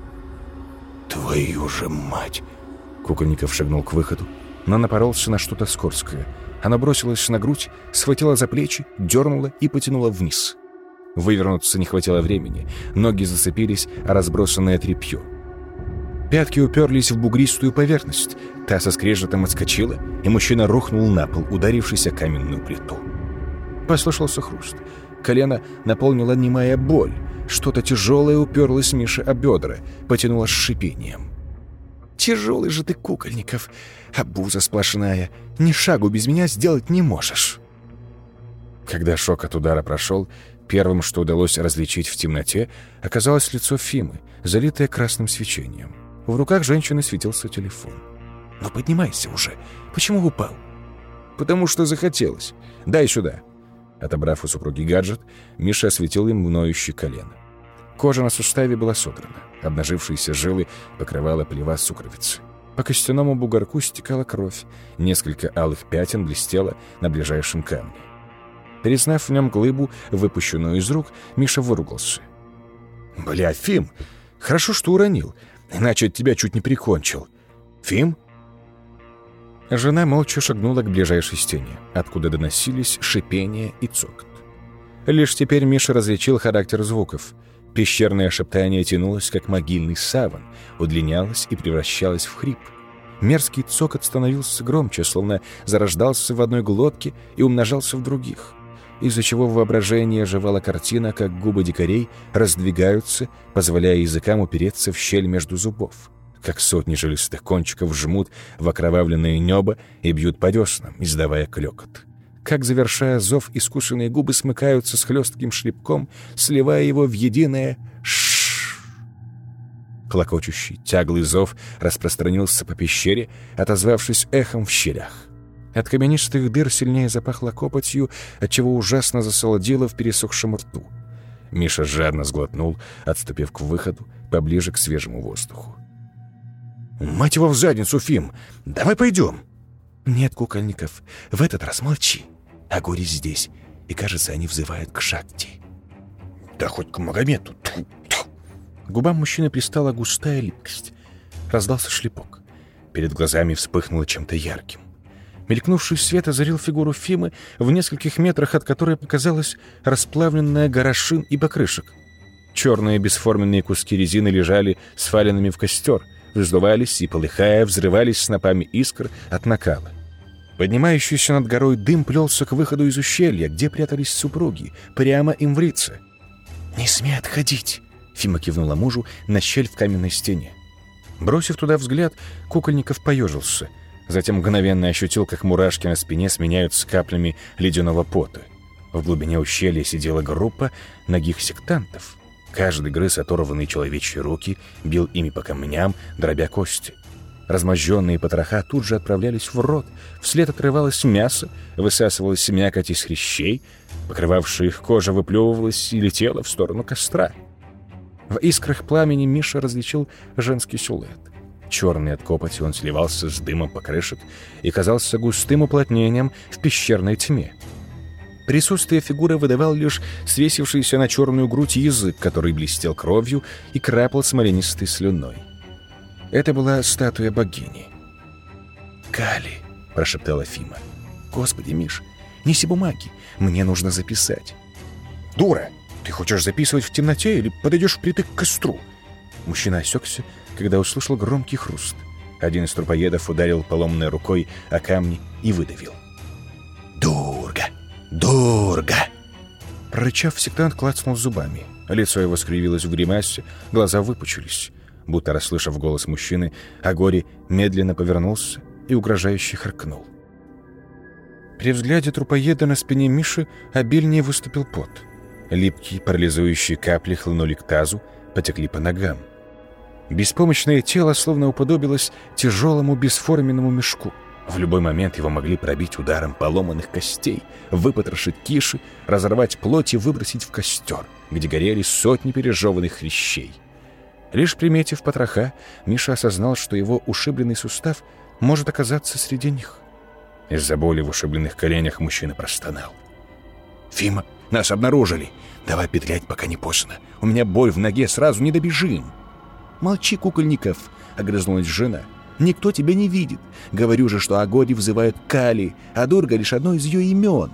«Твою же мать!» Кукольников шагнул к выходу, но напоролся на что-то скользкое. Она бросилась на грудь, схватила за плечи, дернула и потянула вниз. Вывернуться не хватило времени, ноги зацепились о разбросанное тряпье. Пятки уперлись в бугристую поверхность, та со скрежетом отскочила, и мужчина рухнул на пол, ударившись о каменную плиту. Послышался хруст. Колено наполнила немая боль. Что-то тяжелое уперлось Мише о бедра, потянуло с шипением. «Тяжелый же ты, Кукольников, обуза сплошная. Ни шагу без меня сделать не можешь». Когда шок от удара прошел, первым, что удалось различить в темноте, оказалось лицо Фимы, залитое красным свечением. В руках женщины светился телефон. «Ну поднимайся уже. Почему упал?» «Потому что захотелось. Дай сюда». Отобрав у супруги гаджет, Миша осветил им ноющее колено. Кожа на суставе была содрана. Обнажившиеся жилы покрывала плева сукровицы. По костяному бугорку стекала кровь. Несколько алых пятен блестело на ближайшем камне. Признав в нем глыбу, выпущенную из рук, Миша выругался. «Бля, Фим, хорошо, что уронил, иначе от тебя чуть не прикончил. Фим?» Жена молча шагнула к ближайшей стене, откуда доносились шипение и цокот. Лишь теперь Миша различил характер звуков. Пещерное шептание тянулось, как могильный саван, удлинялось и превращалось в хрип. Мерзкий цокот становился громче, словно зарождался в одной глотке и умножался в других, из-за чего в воображении оживала картина, как губы дикарей раздвигаются, позволяя языкам упереться в щель между зубов, как сотни жилистых кончиков жмут в окровавленное небо и бьют по деснам, издавая клёкот. Как, завершая зов, искусанные губы смыкаются с хлестким шлепком, сливая его в единое «шшш». Клокочущий, тяглый зов распространился по пещере, отозвавшись эхом в щелях. От каменистых дыр сильнее запахло копотью, отчего ужасно засолодило в пересохшем рту. Миша жадно сглотнул, отступив к выходу, поближе к свежему воздуху. «Мать его в задницу, Фим! Давай пойдем!» «Нет, Кукольников, в этот раз молчи. Агори здесь, и, кажется, они взывают к Шакти». «Да хоть к Магомету!» К губам мужчины пристала густая липкость. Раздался шлепок. Перед глазами вспыхнуло чем-то ярким. Мелькнувший свет озарил фигуру Фимы, в нескольких метрах от которой показалась расплавленная гора шин и покрышек. Черные бесформенные куски резины лежали сваленными в костер, вздувались и, полыхая, взрывались снопами искр от накала. Поднимающийся над горой дым плелся к выходу из ущелья, где прятались супруги, прямо им в лица. «Не смей отходить!» — Фима кивнула мужу на щель в каменной стене. Бросив туда взгляд, Кукольников поежился, затем мгновенно ощутил, как мурашки на спине сменяются каплями ледяного пота. В глубине ущелья сидела группа нагих сектантов. Каждый грыз оторванные человечьи руки, бил ими по камням, дробя кости. Размозженные потроха тут же отправлялись в рот, вслед отрывалось мясо, высасывалась мякоть из хрящей, покрывавшая их кожа выплевывалась и летела в сторону костра. В искрах пламени Миша различил женский силуэт. Черный от копоти он сливался с дымом покрышек и казался густым уплотнением в пещерной тьме. Присутствие фигуры выдавал лишь свесившийся на черную грудь язык, который блестел кровью и крапал смоленистой слюной. Это была статуя богини. «Кали», — прошептала Фима. «Господи, Миш, неси бумаги, мне нужно записать». «Дура, ты хочешь записывать в темноте или подойдешь впритык к костру?» Мужчина осекся, когда услышал громкий хруст. Один из трупоедов ударил поломанной рукой о камни и выдавил. «Дурга! Дурга!» Прорычав, сектант клацнул зубами. Лицо его скривилось в гримасе, глаза выпучились. Будто расслышав голос мужчины, Агори медленно повернулся и угрожающе харкнул. При взгляде трупоеда на спине Миши обильнее выступил пот. Липкие парализующие капли хлынули к тазу, потекли по ногам. Беспомощное тело словно уподобилось тяжелому бесформенному мешку. В любой момент его могли пробить ударом поломанных костей, выпотрошить киши, разорвать плоть и выбросить в костер, где горели сотни пережеванных хрящей. Лишь приметив потроха, Миша осознал, что его ушибленный сустав может оказаться среди них. Из-за боли в ушибленных коленях мужчина простонал. «Фима, нас обнаружили! Давай петлять, пока не поздно. У меня боль в ноге, сразу не добежим!» «Молчи, Кукольников!» — огрызнулась жена. «Никто тебя не видит. Говорю же, что Агори взывают Кали, а Дурга — лишь одно из ее имен».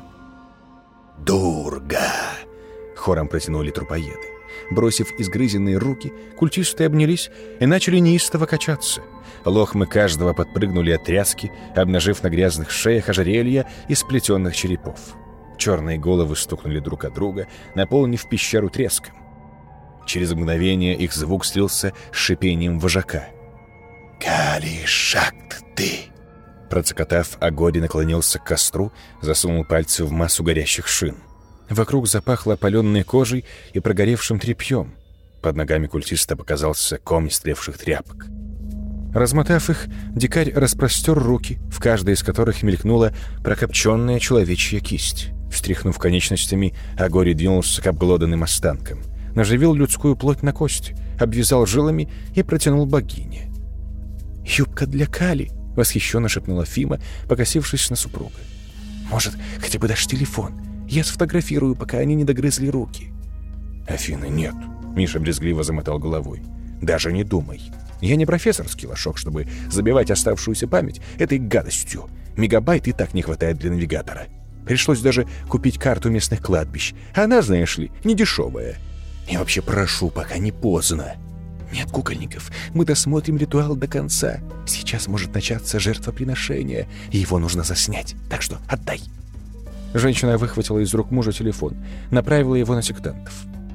«Дурга!» — хором протянули трупоеды. Бросив изгрызенные руки, культисты обнялись и начали неистово качаться. Лохмы каждого подпрыгнули от тряски, обнажив на грязных шеях ожерелья из сплетенных черепов. Черные головы стукнули друг от друга, наполнив пещеру треском. Через мгновение их звук слился с шипением вожака. «Кали Шакт ты!» Процокотав, Агори наклонился к костру, засунул пальцы в массу горящих шин. Вокруг запахло опаленной кожей и прогоревшим тряпьем. Под ногами культиста показался ком истлевших тряпок. Размотав их, дикарь распростер руки, в каждой из которых мелькнула прокопченная человечья кисть. Встряхнув конечностями, Агори двинулся к обглоданным останкам. Наживил людскую плоть на кости, обвязал жилами и протянул богине. «Юбка для Кали!» — восхищенно шепнула Фима, покосившись на супруга. «Может, хотя бы дашь телефон? Я сфотографирую, пока они не догрызли руки». «Афины, нет», — Миша брезгливо замотал головой. «Даже не думай. Я не профессорский лошок, чтобы забивать оставшуюся память этой гадостью. Мегабайт и так не хватает для навигатора. Пришлось даже купить карту местных кладбищ. Она, знаешь ли, не дешевая. И вообще прошу, пока не поздно». «Нет, кукольников, мы досмотрим ритуал до конца. Сейчас может начаться жертвоприношение, и его нужно заснять, так что отдай». Женщина выхватила из рук мужа телефон, направила его на сектантов.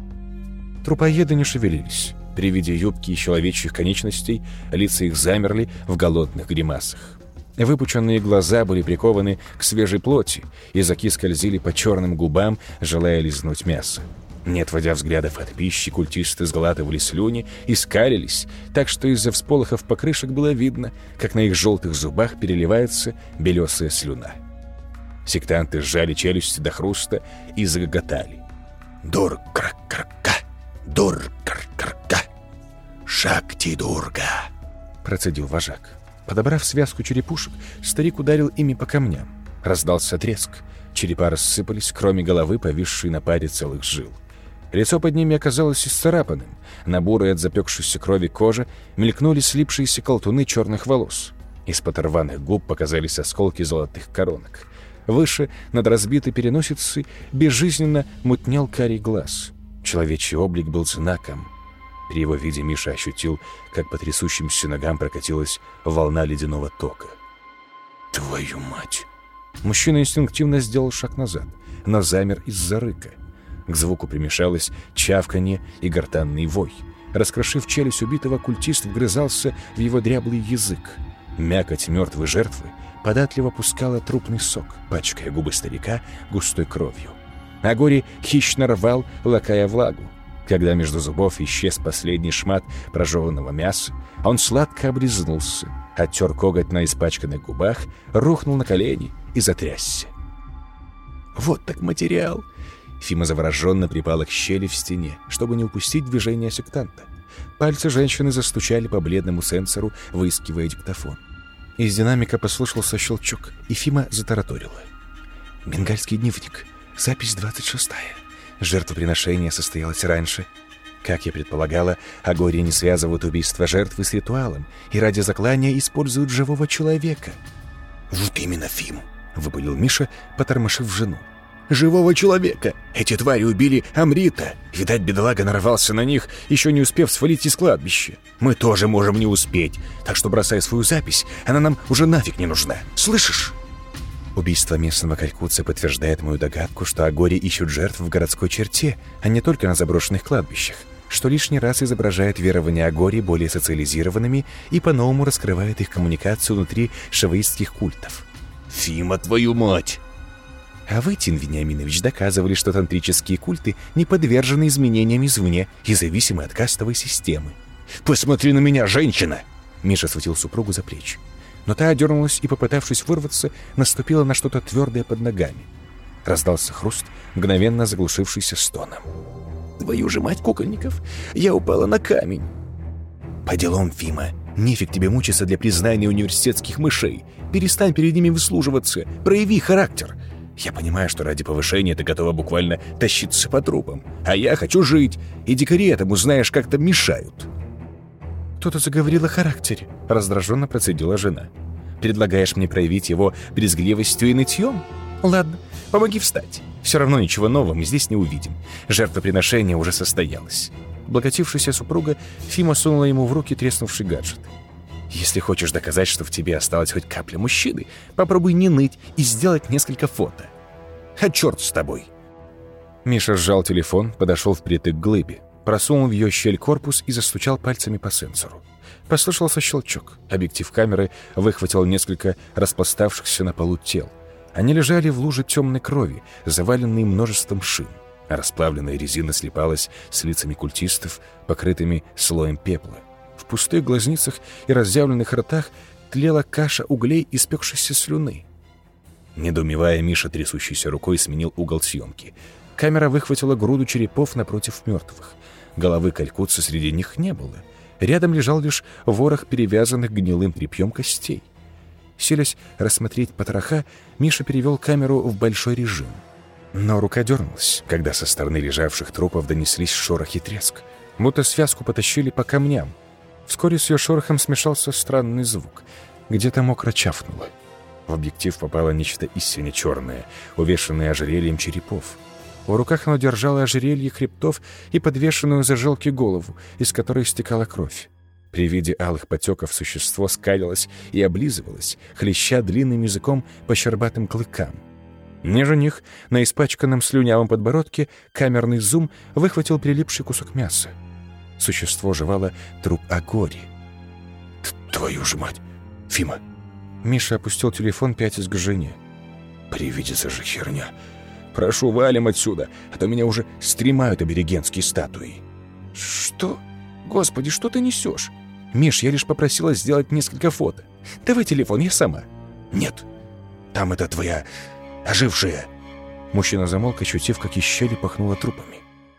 Трупоеды не шевелились. При виде юбки и человечьих конечностей лица их замерли в голодных гримасах. Выпученные глаза были прикованы к свежей плоти, языки скользили по черным губам, желая лизнуть мясо. Не отводя взглядов от пищи, культисты сглатывали слюни и скалились, так что из-за всполохов покрышек было видно, как на их желтых зубах переливается белесая слюна. Сектанты сжали челюсти до хруста и загоготали. «Дур-кар-кар-ка! Дур-кар-кар-ка! Шакти-дурга!» процедил вожак. Подобрав связку черепушек, старик ударил ими по камням. Раздался треск. Черепа рассыпались, кроме головы, повисшей на паре целых жил. Лицо под ними оказалось исцарапанным. На бурой от запекшейся крови кожи мелькнули слипшиеся колтуны черных волос. Из-под рваных губ показались осколки золотых коронок. Выше, над разбитой переносицей, безжизненно мутнел карий глаз. Человечий облик был знаком. При его виде Миша ощутил, как по трясущимся ногам прокатилась волна ледяного тока. «Твою мать!» Мужчина инстинктивно сделал шаг назад, но замер из-за рыка. К звуку примешалось чавканье и гортанный вой. Раскрошив челюсть убитого, культист вгрызался в его дряблый язык. Мякоть мертвой жертвы податливо пускала трупный сок, пачкая губы старика густой кровью. Агори хищно рвал, лакая влагу. Когда между зубов исчез последний шмат прожеванного мяса, он сладко облизнулся, оттер коготь на испачканных губах, рухнул на колени и затрясся. «Вот так материал!» Фима завороженно припала к щели в стене, чтобы не упустить движение сектанта. Пальцы женщины застучали по бледному сенсору, выискивая диктофон. Из динамика послышался щелчок, и Фима затараторила. «Бенгальский дневник. Запись 26-я. Жертвоприношение состоялось раньше. Как я предполагала, Агори не связывают убийство жертвы с ритуалом и ради заклания используют живого человека». «Вот именно, Фим», — выпалил Миша, потормошив жену. «Живого человека! Эти твари убили Амрита! Видать, бедолага нарвался на них, еще не успев свалить из кладбища. Мы тоже можем не успеть, так что бросай свою запись, она нам уже нафиг не нужна. Слышишь?» Убийство местного калькутца подтверждает мою догадку, что Агори ищут жертв в городской черте, а не только на заброшенных кладбищах, что лишний раз изображает верования Агори более социализированными и по-новому раскрывает их коммуникацию внутри шаваистских культов. «Фима, твою мать!» А вы, Тин Вениаминович, доказывали, что тантрические культы не подвержены изменениям извне и зависимы от кастовой системы. «Посмотри на меня, женщина!» Миша схватил супругу за плечи. Но та одернулась и, попытавшись вырваться, наступила на что-то твердое под ногами. Раздался хруст, мгновенно заглушившийся стоном. «Твою же мать, кукольников! Я упала на камень!» «По делам, Фима. Нефиг тебе мучиться для признания университетских мышей. Перестань перед ними выслуживаться. Прояви характер. Я понимаю, что ради повышения ты готова буквально тащиться по трупам. А я хочу жить, и дикари этому, знаешь, как-то мешают». «Кто-то заговорил о характере», — раздраженно процедила жена. «Предлагаешь мне проявить его брезгливостью и нытьем? Ладно, помоги встать. Все равно ничего нового мы здесь не увидим. Жертвоприношение уже состоялось». Облокотившаяся супруга, Фима сунула ему в руки треснувший гаджет. «Если хочешь доказать, что в тебе осталась хоть капля мужчины, попробуй не ныть и сделать несколько фото». «А черт с тобой!» Миша сжал телефон, подошел впритык к глыбе, просунул в ее щель корпус и застучал пальцами по сенсору. Послышался щелчок. Объектив камеры выхватил несколько распластавшихся на полу тел. Они лежали в луже темной крови, заваленные множеством шин. А расплавленная резина слипалась с лицами культистов, покрытыми слоем пепла. В пустых глазницах и разъявленных ртах тлела каша углей и спекшейся слюны. Недоумевая, Миша трясущейся рукой сменил угол съемки. Камера выхватила груду черепов напротив мертвых. Головы калькутца среди них не было. Рядом лежал лишь ворох перевязанных гнилым тряпьем костей. Силясь рассмотреть потроха, Миша перевел камеру в большой режим. Но рука дернулась, когда со стороны лежавших трупов донеслись шорох и треск, будто связку потащили по камням. Вскоре с ее шорохом смешался странный звук. Где-то мокро чавкнуло. В объектив попало нечто истинно черное, увешанное ожерельем черепов. В руках оно держало ожерелье хребтов и подвешенную за желки голову, из которой стекала кровь. При виде алых потеков существо скалилось и облизывалось, хлеща длинным языком по щербатым клыкам. Ниже них, на испачканном слюнявом подбородке, камерный зум выхватил прилипший кусок мяса. Существо жевало труп Агори. «Твою ж мать! Фима!» Миша опустил телефон, пятясь к жене. «Привидится же херня! Прошу, валим отсюда, а то меня уже стремают аборигенские статуи!» «Что? Господи, что ты несешь? Миш, я лишь попросила сделать несколько фото. Давай телефон, я сама». «Нет, там это твоя ожившая!» Мужчина замолк, ощутив, как из щели пахнуло трупами.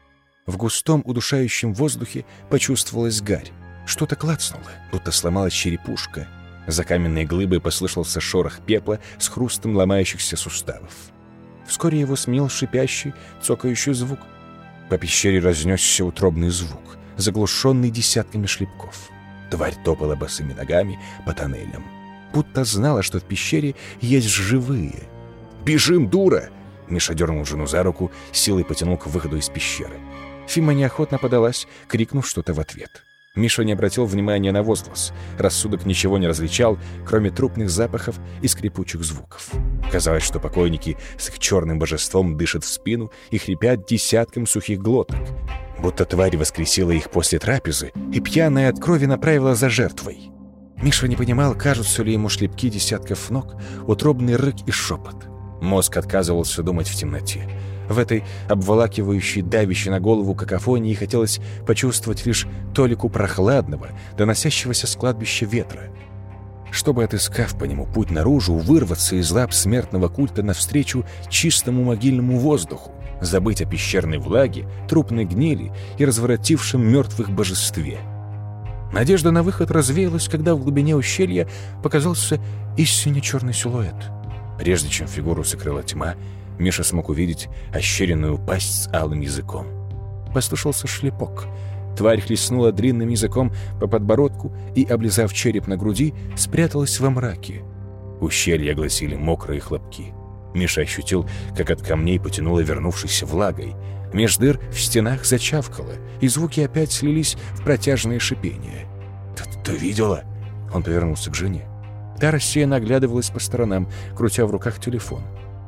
В густом, удушающем воздухе почувствовалась гарь. Что-то клацнуло, будто сломалась черепушка. За каменной глыбой послышался шорох пепла с хрустом ломающихся суставов. Вскоре его сменил шипящий, цокающий звук. По пещере разнесся утробный звук, заглушенный десятками шлепков. Тварь топала босыми ногами по тоннелям, будто знала, что в пещере есть живые. «Бежим, дура!» Миша дернул жену за руку, силой потянул к выходу из пещеры. Фима неохотно подалась, крикнув что-то в ответ. Миша не обратил внимания на возглас. Рассудок ничего не различал, кроме трупных запахов и скрипучих звуков. Казалось, что покойники с их черным божеством дышат в спину и хрипят десятком сухих глоток. Будто тварь воскресила их после трапезы и, пьяная от крови, направила за жертвой. Миша не понимал, кажутся ли ему шлепки десятков ног, утробный рык и шепот. Мозг отказывался думать в темноте. В этой обволакивающей, давящей на голову какофонии хотелось почувствовать лишь толику прохладного, доносящегося с кладбища ветра. Чтобы, отыскав по нему путь наружу, вырваться из лап смертного культа навстречу чистому могильному воздуху, забыть о пещерной влаге, трупной гнили и разворотившем мертвых божестве. Надежда на выход развеялась, когда в глубине ущелья показался истинно черный силуэт. Прежде чем фигуру сокрыла тьма, Миша смог увидеть ощеренную пасть с алым языком. Послышался шлепок. Тварь хлестнула длинным языком по подбородку и, облизав череп на груди, спряталась во мраке. Ущелье огласили мокрые хлопки. Миша ощутил, как от камней потянуло вернувшейся влагой. Меж дыр в стенах зачавкало, и звуки опять слились в протяжное шипение. «Ты видела?» Он повернулся к жене. Та рассеянно оглядывалась по сторонам, крутя в руках телефон.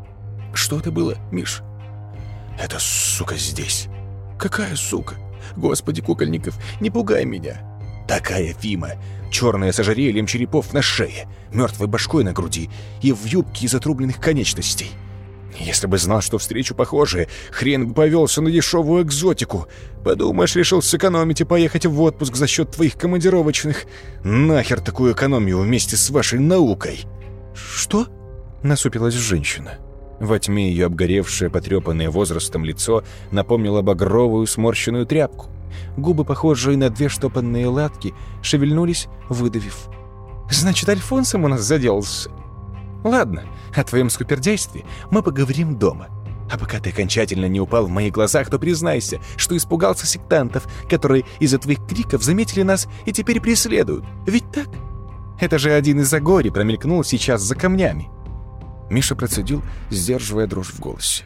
«Что это было, Миш?» «Это сука здесь». «Какая сука? Господи, Кукольников, не пугай меня!» «Такая Фима, черная с ожерельем черепов на шее, мертвой башкой на груди и в юбке из отрубленных конечностей. Если бы знал, что встречу похожее, хрен бы повелся на дешевую экзотику. Подумаешь, решил сэкономить и поехать в отпуск за счет твоих командировочных. Нахер такую экономию вместе с вашей наукой!» «Что?» — насупилась женщина. Во тьме ее обгоревшее, потрепанное возрастом лицо напомнило багровую сморщенную тряпку. Губы, похожие на две штопанные латки, шевельнулись, выдавив. «Значит, Альфонсом у нас заделался? Ладно, о твоем скупердействе мы поговорим дома. А пока ты окончательно не упал в моих глазах, то признайся, что испугался сектантов, которые из-за твоих криков заметили нас и теперь преследуют. Ведь так? Это же один из Агори промелькнул сейчас за камнями». Миша процедил, сдерживая дрожь в голосе.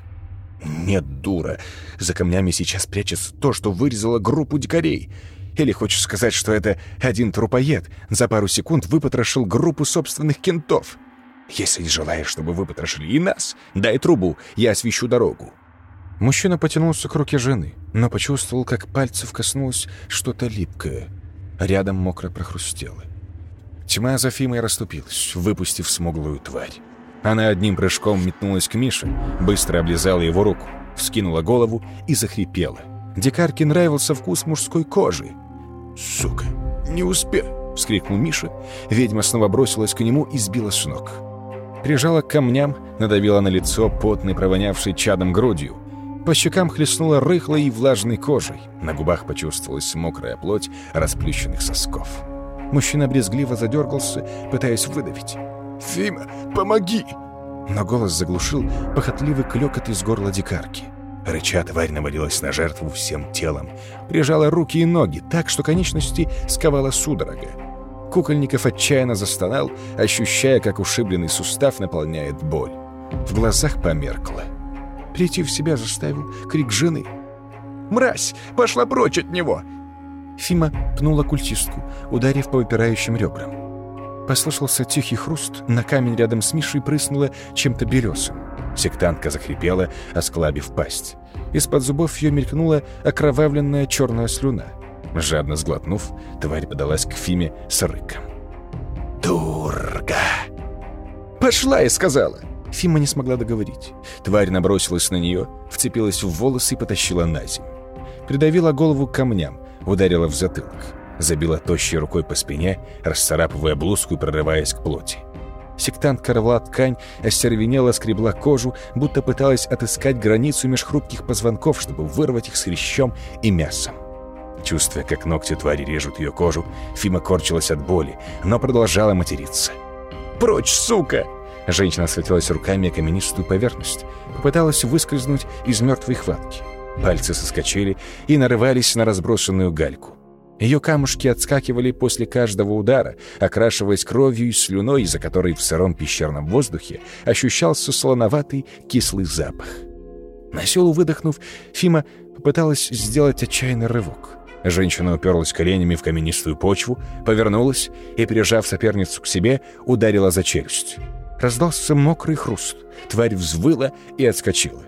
«Нет, дура. За камнями сейчас прячется то, что вырезало группу дикарей. Или хочешь сказать, что это один трупоед за пару секунд выпотрошил группу собственных кентов? Если желаешь, чтобы выпотрошили и нас, дай трубу, я освещу дорогу». Мужчина потянулся к руке жены, но почувствовал, как пальцев коснулось что-то липкое. Рядом мокро прохрустело. Тьма за Фимой расступилась, выпустив смуглую тварь. Она одним прыжком метнулась к Мише, быстро облизала его руку, вскинула голову и захрипела. Дикарке нравился вкус мужской кожи. «Сука, не успел!» — вскрикнул Миша. Ведьма снова бросилась к нему и сбила с ног. Прижала к камням, надавила на лицо, потной, провонявшей чадом грудью. По щекам хлестнула рыхлой и влажной кожей. На губах почувствовалась мокрая плоть расплющенных сосков. Мужчина брезгливо задергался, пытаясь выдавить: «Фима, помоги!» Но голос заглушил похотливый клёкот из горла дикарки. Рыча, тварь навалилась на жертву всем телом, прижала руки и ноги так, что конечности сковала судорога. Кукольников отчаянно застонал, ощущая, как ушибленный сустав наполняет боль. В глазах померкло. Прийти в себя заставил крик жены: «Мразь! Пошла прочь от него!» Фима пнула культистку, ударив по выпирающим ребрам. Послышался тихий хруст, на камень рядом с Мишей прыснула чем-то белесым. Сектантка захрипела, осклабив пасть. Из-под зубов ее мелькнула окровавленная черная слюна. Жадно сглотнув, тварь подалась к Фиме с рыком. «Дурга!» «Пошла!» — я сказала. Фима не смогла договорить. Тварь набросилась на нее, вцепилась в волосы и потащила на землю. Придавила голову к камням, ударила в затылок. Забила тощей рукой по спине, расцарапывая блузку и прорываясь к плоти. Сектантка рвала ткань, остервенела, скребла кожу, будто пыталась отыскать границу меж хрупких позвонков, чтобы вырвать их с хрящом и мясом. Чувствуя, как ногти твари режут ее кожу, Фима корчилась от боли, но продолжала материться. «Прочь, сука!» Женщина схватилась руками о каменистую поверхность, попыталась выскользнуть из мертвой хватки. Пальцы соскочили и нарывались на разбросанную гальку. Ее камушки отскакивали после каждого удара, окрашиваясь кровью и слюной, из-за которой в сыром пещерном воздухе ощущался солоноватый кислый запах. На силу выдохнув, Фима попыталась сделать отчаянный рывок. Женщина уперлась коленями в каменистую почву, повернулась и, прижав соперницу к себе, ударила за челюсть. Раздался мокрый хруст. Тварь взвыла и отскочила.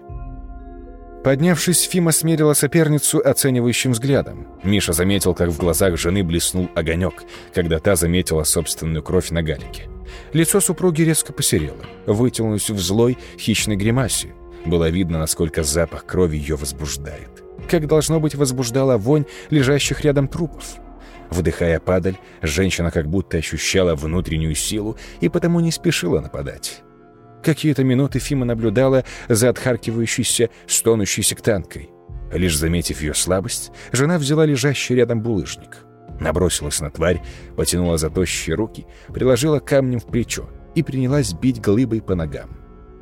Поднявшись, Фима смерила соперницу оценивающим взглядом. Миша заметил, как в глазах жены блеснул огонек, когда та заметила собственную кровь на галике. Лицо супруги резко посерело, вытянулось в злой, хищной гримасе. Было видно, насколько запах крови ее возбуждает. Как, должно быть, возбуждала вонь лежащих рядом трупов. Вдыхая падаль, женщина как будто ощущала внутреннюю силу и потому не спешила нападать. Какие-то минуты Фима наблюдала за отхаркивающейся, стонущей сектанткой. Лишь заметив ее слабость, жена взяла лежащий рядом булыжник. Набросилась на тварь, потянула за тощие руки, приложила камнем в плечо и принялась бить глыбой по ногам.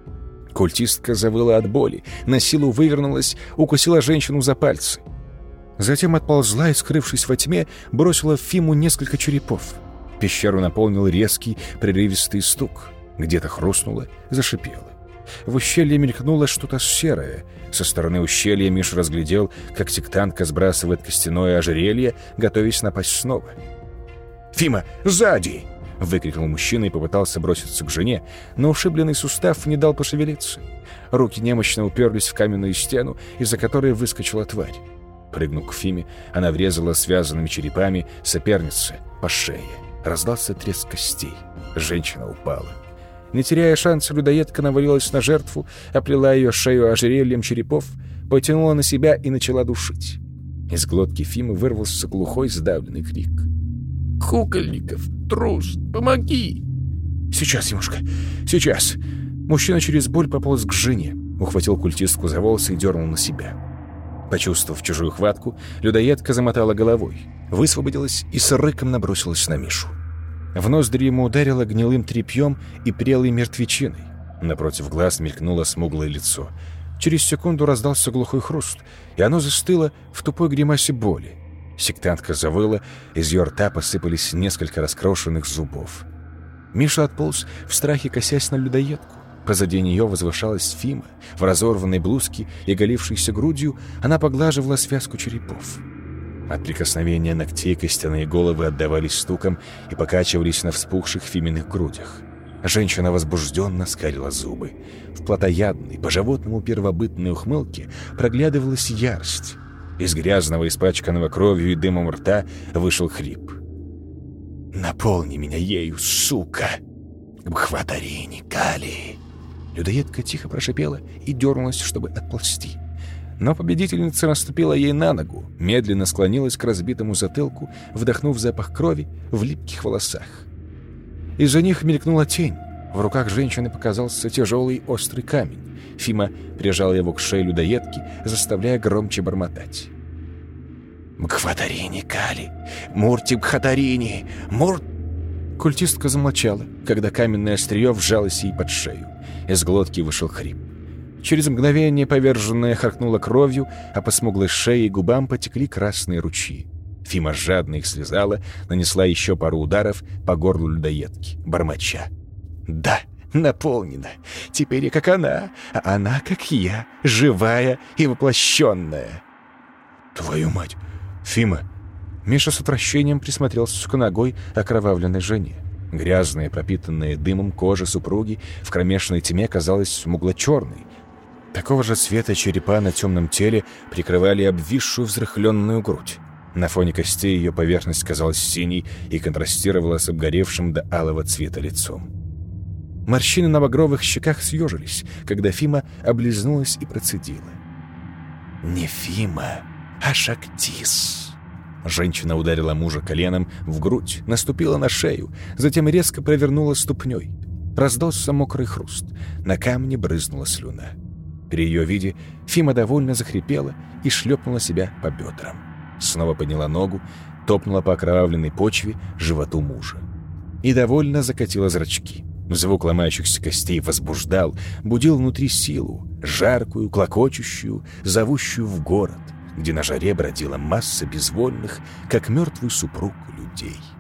Культистка завыла от боли, на силу вывернулась, укусила женщину за пальцы. Затем отползла и, скрывшись во тьме, бросила в Фиму несколько черепов. Пещеру наполнил резкий, прерывистый стук. Где-то хрустнуло, зашипело. В ущелье мелькнуло что-то серое. Со стороны ущелья Миш разглядел, как сектантка сбрасывает костяное ожерелье, готовясь напасть снова. «Фима, сзади!» — выкрикнул мужчина и попытался броситься к жене, но ушибленный сустав не дал пошевелиться. Руки немощно уперлись в каменную стену, из-за которой выскочила тварь. Прыгнув к Фиме, она врезала связанными черепами сопернице по шее. Раздался треск костей. Женщина упала. Не теряя шанса, людоедка навалилась на жертву, оплела ее шею ожерельем черепов, потянула на себя и начала душить. Из глотки Фимы вырвался глухой сдавленный крик. «Кукольников! Трус! Помоги!» «Сейчас, Янушка, сейчас!» Мужчина через боль пополз к жене, ухватил культистку за волосы и дернул на себя. Почувствовав чужую хватку, людоедка замотала головой, высвободилась и с рыком набросилась на Мишу. В ноздри ему ударило гнилым тряпьем и прелой мертвечиной. Напротив глаз мелькнуло смуглое лицо. Через секунду раздался глухой хруст, и оно застыло в тупой гримасе боли. Сектантка завыла, из ее рта посыпались несколько раскрошенных зубов. Миша отполз, в страхе косясь на людоедку. Позади нее возвышалась Фима. В разорванной блузке и оголившейся грудью она поглаживала связку черепов. От прикосновения ногтей костяные головы отдавались стуком и покачивались на вспухших Фиминых грудях. Женщина возбужденно скалила зубы. В плотоядной, по-животному первобытной ухмылке проглядывалась ярость. Из грязного, испачканного кровью и дымом рта вышел хрип. «Наполни меня ею, сука! Бхватарини Кали!» Людоедка тихо прошипела и дернулась, чтобы отползти. Но победительница наступила ей на ногу, медленно склонилась к разбитому затылку, вдохнув запах крови в липких волосах. Из-за них мелькнула тень. В руках женщины показался тяжелый острый камень. Фима прижал его к шее людоедки, заставляя громче бормотать. «Мгхватарини Кали! Мурти Мгхатарини! Мур...» Культистка замолчала, когда каменное острие вжалось ей под шею. Из глотки вышел хрип. Через мгновение поверженная харкнула кровью, а по смуглой шее и губам потекли красные ручьи. Фима жадно их слезала, нанесла еще пару ударов по горлу людоедки, бормоча. «Да, наполнена. Теперь я как она, а она как я, живая и воплощенная». «Твою мать! Фима!» Миша с отвращением присмотрелся к ногой окровавленной жене. Грязная, пропитанная дымом кожа супруги в кромешной тьме казалась смугло-черной. Такого же цвета черепа на темном теле прикрывали обвисшую взрыхленную грудь. На фоне костей ее поверхность казалась синей и контрастировала с обгоревшим до алого цвета лицом. Морщины на багровых щеках съежились, когда Фима облизнулась и процедила. «Не Фима, а Шактис». Женщина ударила мужа коленом в грудь, наступила на шею, затем резко провернула ступней. Раздался мокрый хруст, на камне брызнула слюна. При ее виде Фима довольно захрипела и шлепнула себя по бедрам. Снова подняла ногу, топнула по окровавленной почве животу мужа. И довольно закатила зрачки. Звук ломающихся костей возбуждал, будил внутри силу, жаркую, клокочущую, зовущую в город, где на жаре бродила масса безвольных, как мертвый супруг, людей.